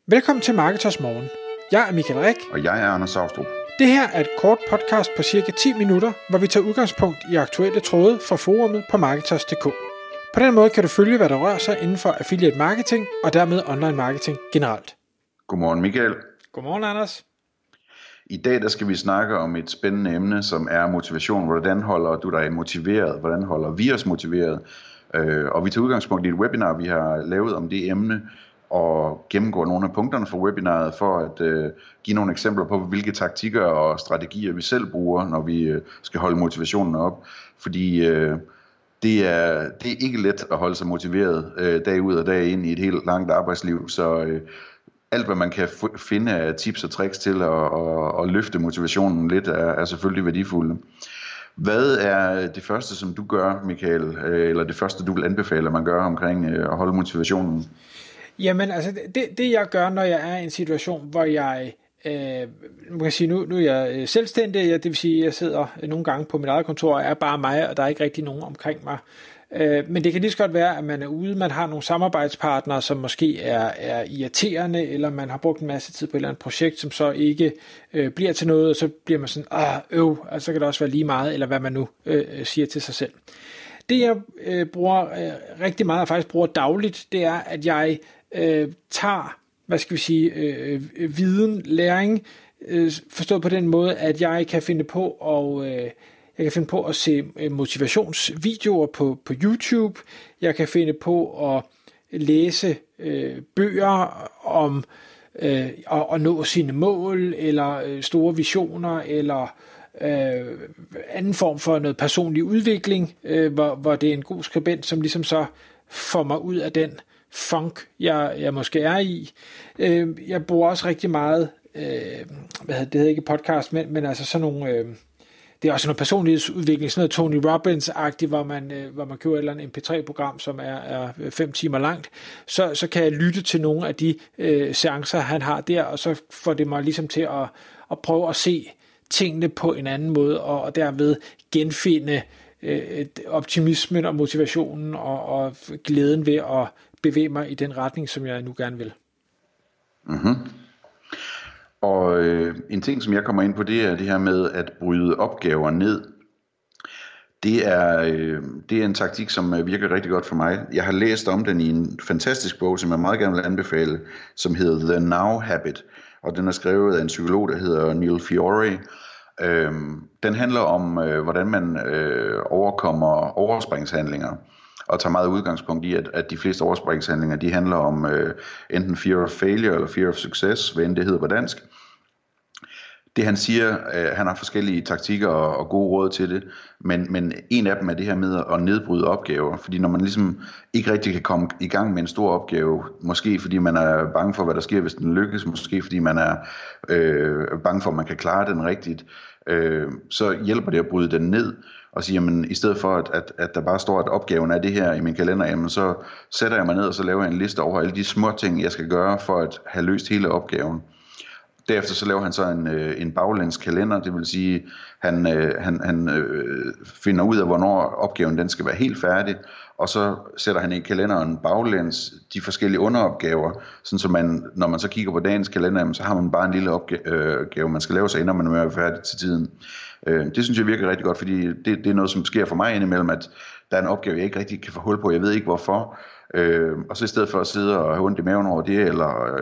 Velkommen til Marketers Morgen. Jeg er Michael Rik. Og jeg er Anders Saustrup. Det her er et kort podcast på cirka 10 minutter, hvor vi tager udgangspunkt i aktuelle tråde fra forumet på Marketers.dk. På den måde kan du følge, hvad der rører sig inden for affiliate marketing og dermed online marketing generelt. Godmorgen Michael. Godmorgen Anders. I dag der skal vi snakke om et spændende emne, som er motivation. Hvordan holder du dig motiveret? Hvordan holder vi os motiveret? Og vi tager udgangspunkt i et webinar, vi har lavet om det emne, og gennemgår nogle af punkterne fra webinaret for at give nogle eksempler på, hvilke taktikker og strategier vi selv bruger, når vi skal holde motivationen op. Fordi det er ikke let at holde sig motiveret dag ud og dag ind i et helt langt arbejdsliv, så alt hvad man kan finde af tips og tricks til at løfte motivationen lidt, er selvfølgelig værdifulde. Hvad er det første, som du gør, Michael, eller det første, du vil anbefale, at man gør omkring at holde motivationen? Jamen, altså det jeg gør, når jeg er i en situation, hvor jeg, man kan sige, nu er jeg selvstændig, det vil sige, at jeg sidder nogle gange på mit eget kontor, og er bare mig, og der er ikke rigtig nogen omkring mig. Men det kan lige så godt være, at man er ude, man har nogle samarbejdspartnere, som måske er irriterende, eller man har brugt en masse tid på et eller andet projekt, som så ikke bliver til noget, og så bliver man sådan, altså så kan det også være lige meget, eller hvad man nu siger til sig selv. Det jeg bruger rigtig meget, og faktisk bruger dagligt, det er, at jeg tager, viden, læring, forstået på den måde, at jeg kan finde på at se motivationsvideoer på YouTube. Jeg kan finde på at læse bøger om at nå sine mål, eller store visioner, eller anden form for noget personlig udvikling, hvor det er en god skribent, som ligesom så får mig ud af den funk, jeg måske er i. Jeg bruger også rigtig meget, det hedder ikke podcast, men altså sådan nogle, det er også noget personlighedsudvikling, sådan noget Tony Robbins-agtigt, hvor man køber et eller andet MP3-program, som er 5 timer langt, så kan jeg lytte til nogle af de seancer, han har der, og så får det mig ligesom til at prøve at se tingene på en anden måde, og derved genfinde optimismen og motivationen og glæden ved at bevæge mig i den retning, som jeg nu gerne vil. Mm-hmm. Og en ting, som jeg kommer ind på, det er det her med at bryde opgaver ned. Det er en taktik, som virker rigtig godt for mig. Jeg har læst om den i en fantastisk bog, som jeg meget gerne vil anbefale, som hedder The Now Habit. Og den er skrevet af en psykolog, der hedder Neil Fiore. Den handler om, hvordan man overkommer overspringshandlinger, og tager meget udgangspunkt i, at de fleste overspringshandlinger, de handler om enten fear of failure eller fear of success, hvad end det hedder på dansk. Det han siger, han har forskellige taktikker og gode råd til det, men en af dem er det her med at nedbryde opgaver, fordi når man ligesom ikke rigtig kan komme i gang med en stor opgave, måske fordi man er bange for, hvad der sker, hvis den lykkes, måske fordi man er bange for, at man kan klare den rigtigt, så hjælper det at bryde den ned, og sige, jamen i stedet for at der bare står, at opgaven er det her i min kalender, jamen så sætter jeg mig ned, og så laver jeg en liste over alle de små ting, jeg skal gøre for at have løst hele opgaven. Derefter så laver han så en baglæns kalender, det vil sige, han finder ud af, hvornår opgaven den skal være helt færdig, og så sætter han i kalenderen baglæns de forskellige underopgaver, sådan så man, når man så kigger på dagens kalender, så har man bare en lille opgave, man skal lave, så ender man med at være færdig til tiden. Det synes jeg virker rigtig godt, fordi det er noget, som sker for mig indimellem, at der er en opgave, jeg ikke rigtig kan få hul på, jeg ved ikke hvorfor. Og så i stedet for at sidde og have ondt i maven over det, eller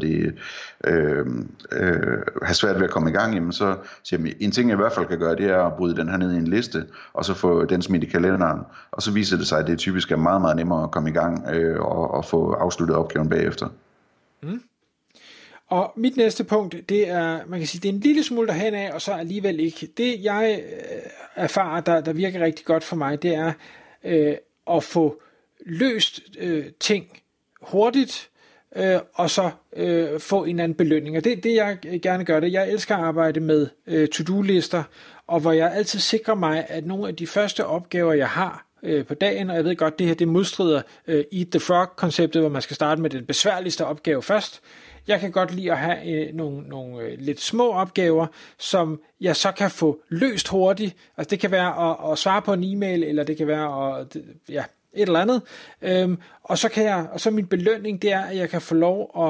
have svært ved at komme i gang, jamen så siger jeg, en ting jeg i hvert fald kan gøre, det er at bryde den her ned i en liste, og så få den smidt i kalenderen, og så viser det sig, at det typisk er meget, meget nemmere at komme i gang og få afsluttet opgaven bagefter. Mm. Og mit næste punkt, det er, man kan sige, det er en lille smule derhen af, og så alligevel ikke. Det jeg erfarer, der virker rigtig godt for mig, det er at få løst ting hurtigt, og så få en anden belønning. Og det jeg gerne gør det. Jeg elsker at arbejde med to-do-lister, og hvor jeg altid sikrer mig, at nogle af de første opgaver, jeg har på dagen, og jeg ved godt, det her det modstrider Eat the Frog-konceptet, hvor man skal starte med den besværligste opgave først. Jeg kan godt lide at have nogle lidt små opgaver, som jeg så kan få løst hurtigt. Altså det kan være at svare på en e-mail, eller det kan være et eller andet. Og så min belønning, det er, at jeg kan få lov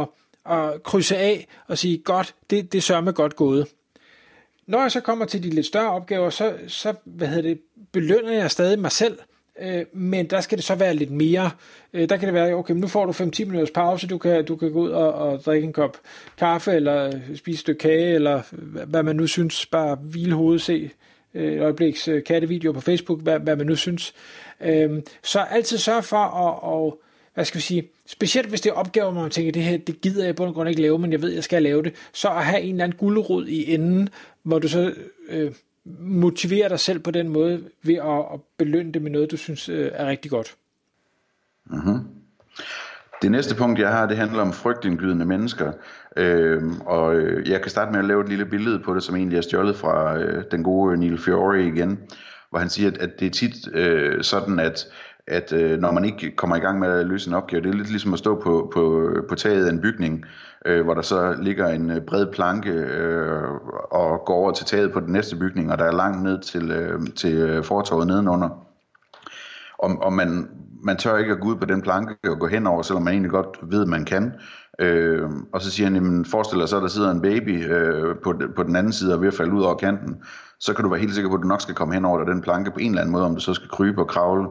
og krydse af og sige, godt, det sørger godt gået. Når jeg så kommer til de lidt større opgaver, så belønner jeg stadig mig selv, men der skal det så være lidt mere. Der kan det være, okay, nu får du 5-10 minutters pause, du kan gå ud og drikke en kop kaffe, eller spise et stykke kage, eller hvad man nu synes, bare hvile hovedet, se et øjebliks kattevideo på Facebook, hvad man nu synes. Så altid sørge for at hvad skal vi sige, specielt hvis det er opgaver, hvor man tænker, det her, det gider jeg på grund ikke lave, men jeg ved, jeg skal lave det, så at have en eller anden gulerod i enden, hvor du så motiverer dig selv på den måde, ved at belønne det med noget, du synes er rigtig godt. Mm-hmm. Det næste punkt, jeg har, det handler om frygtindgydende mennesker, og jeg kan starte med at lave et lille billede på det, som egentlig er stjålet fra den gode Neil Fiore igen, hvor han siger, at det er tit sådan, at når man ikke kommer i gang med at løse en opgave, det er lidt ligesom at stå på taget af en bygning, hvor der så ligger en bred planke og går over til taget på den næste bygning, og der er langt ned til fortovet nedenunder. Og man tør ikke at gå ud på den planke og gå henover, selvom man egentlig godt ved, man kan. Og så siger han, jamen forestil dig så, at der sidder en baby på den anden side og ved at falde ud over kanten. Så kan du være helt sikker på, at du nok skal komme henover den planke på en eller anden måde, om du så skal krybe og kravle.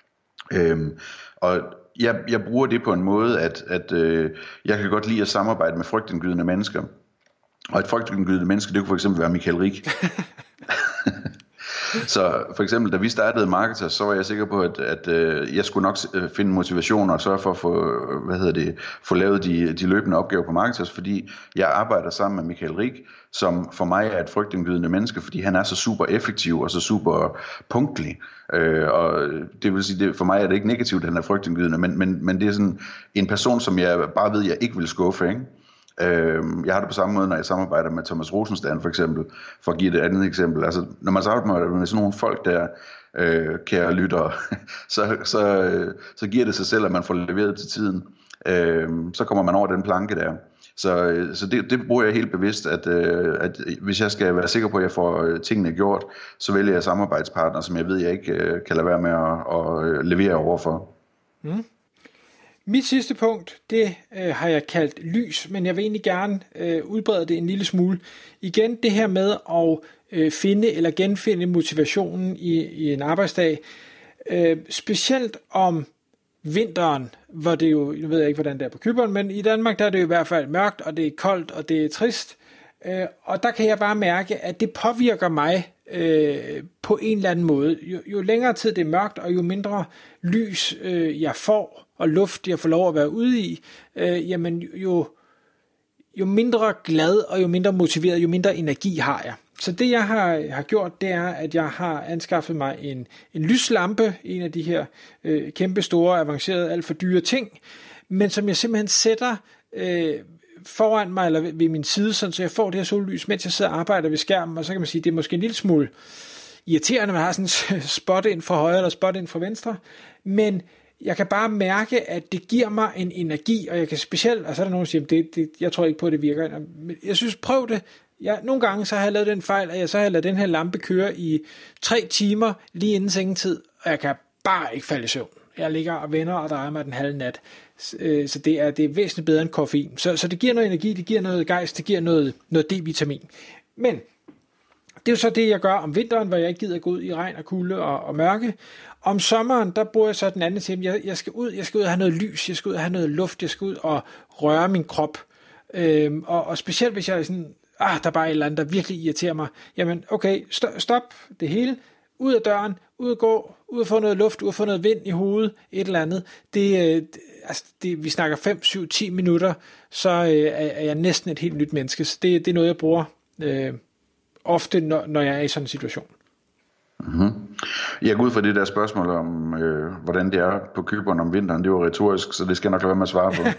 Og jeg bruger det på en måde, at jeg kan godt lide at samarbejde med frygtindgydende mennesker. Og et frygtindgydende menneske, det kunne for eksempel være Michael Rik. Så for eksempel, da vi startede Marketers, så var jeg sikker på, at jeg skulle nok finde motivation og sørge for at få lavet de løbende opgaver på Marketers, fordi jeg arbejder sammen med Michael Rik, som for mig er et frygtindgydende menneske, fordi han er så super effektiv og så super punktlig. Og det vil sige, for mig er det ikke negativt, at han er frygtindgydende, men det er sådan en person, som jeg bare ved, jeg ikke vil skuffe, ikke? Jeg har det på samme måde, når jeg samarbejder med Thomas Rosenstand for eksempel, for at give et andet eksempel. Altså, når man samarbejder med sådan nogle folk der, kære lyttere, så giver det sig selv, at man får leveret til tiden. Så kommer man over den planke der. Så det bruger jeg helt bevidst, at hvis jeg skal være sikker på, at jeg får tingene gjort, så vælger jeg samarbejdspartnere, som jeg ved, jeg ikke kan lade være med at levere overfor. Mm. Mit sidste punkt, det har jeg kaldt lys, men jeg vil egentlig gerne udbrede det en lille smule. Igen det her med at finde eller genfinde motivationen i en arbejdsdag, specielt om vinteren, hvor det jo, jeg ved ikke hvordan det er på Cypern, men i Danmark der er det jo i hvert fald mørkt, og det er koldt, og det er trist, og der kan jeg bare mærke, at det påvirker mig på en eller anden måde. Jo længere tid det er mørkt, og jo mindre lys jeg får, og luft jeg får lov at være ude i, jamen jo mindre glad og jo mindre motiveret, jo mindre energi har jeg. Så det jeg har gjort, det er, at jeg har anskaffet mig en lyslampe, en af de her kæmpe store, avancerede, alt for dyre ting, men som jeg simpelthen sætter foran mig eller ved min side, sådan, så jeg får det her sollys, mens jeg sidder og arbejder ved skærmen, og så kan man sige, det er måske en lille smule irriterende, man har sådan en spot ind fra højre eller spot ind fra venstre, men jeg kan bare mærke, at det giver mig en energi, og jeg kan specielt, og så er der nogen, der siger, jeg tror ikke på, at det virker, men jeg synes, prøv det. Nogle gange så har jeg lavet den fejl, at jeg så har ladet den her lampe køre i 3 timer lige inden sengetid, og jeg kan bare ikke falde i søvn. Jeg ligger og vender og drejer mig den halve nat, så det er væsentligt bedre end koffein. Så det giver noget energi, det giver noget gejst, det giver noget D-vitamin. Men det er jo så det, jeg gør om vinteren, hvor jeg ikke gider gå ud i regn og kulde og mørke. Om sommeren, der bruger jeg så den anden til, jeg skal ud og have noget lys, jeg skal ud og have noget luft, jeg skal ud og røre min krop. Og specielt hvis jeg er sådan, der er bare et eller andet, der virkelig irriterer mig, jamen okay, stop det hele, ud af døren, ud at gå, ud at få noget luft, ud at få noget vind i hovedet, et eller andet. Vi snakker 5, 7, 10 minutter, så er jeg næsten et helt nyt menneske. Så det er noget, jeg bruger ofte, når jeg er i sådan en situation. Mm-hmm. Jeg går ud fra det der spørgsmål om, hvordan det er på Cypern om vinteren. Det var retorisk, så det skal jeg nok lade være med at svare på.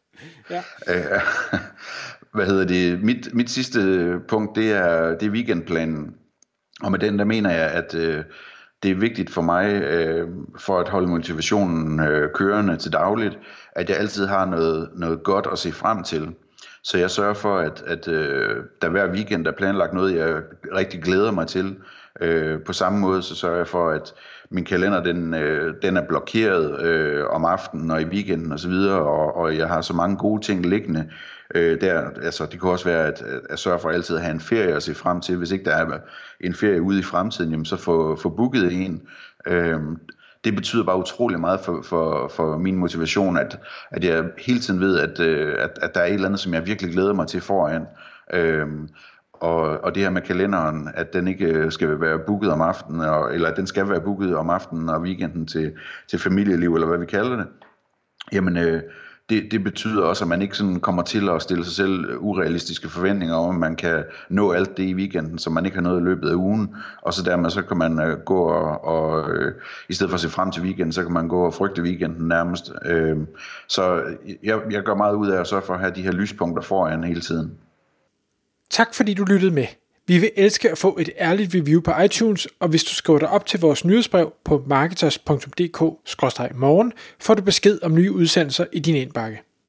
Ja. Mit sidste punkt, det er weekendplanen. Og med den, der mener jeg, at det er vigtigt for mig, for at holde motivationen kørende til dagligt, at jeg altid har noget godt at se frem til. Så jeg sørger for, at der hver weekend er planlagt noget, jeg rigtig glæder mig til. På samme måde så sørger jeg for, at min kalender den er blokeret om aftenen og i weekenden osv., og jeg har så mange gode ting liggende der. Altså det kan også være at sørge for altid at have en ferie at se frem til. Hvis ikke der er en ferie ude i fremtiden, jamen så få booket en. Det betyder bare utrolig meget for min motivation, at jeg hele tiden ved, at der er et eller andet, som jeg virkelig glæder mig til foran. Og det her med kalenderen, at den ikke skal være booket om aftenen, eller at den skal være booket om aftenen og weekenden til familieliv, eller hvad vi kalder det. Jamen, det betyder også, at man ikke sådan kommer til at stille sig selv urealistiske forventninger om, at man kan nå alt det i weekenden, som man ikke har nået i løbet af ugen. Og så dermed så kan man gå og i stedet for at se frem til weekenden, så kan man gå og frygte weekenden nærmest. Så jeg gør meget ud af at sørge for at have de her lyspunkter foran hele tiden. Tak fordi du lyttede med. Vi vil elske at få et ærligt review på iTunes, og hvis du skriver dig op til vores nyhedsbrev på marketers.dk/morgen, får du besked om nye udsendelser i din indbakke.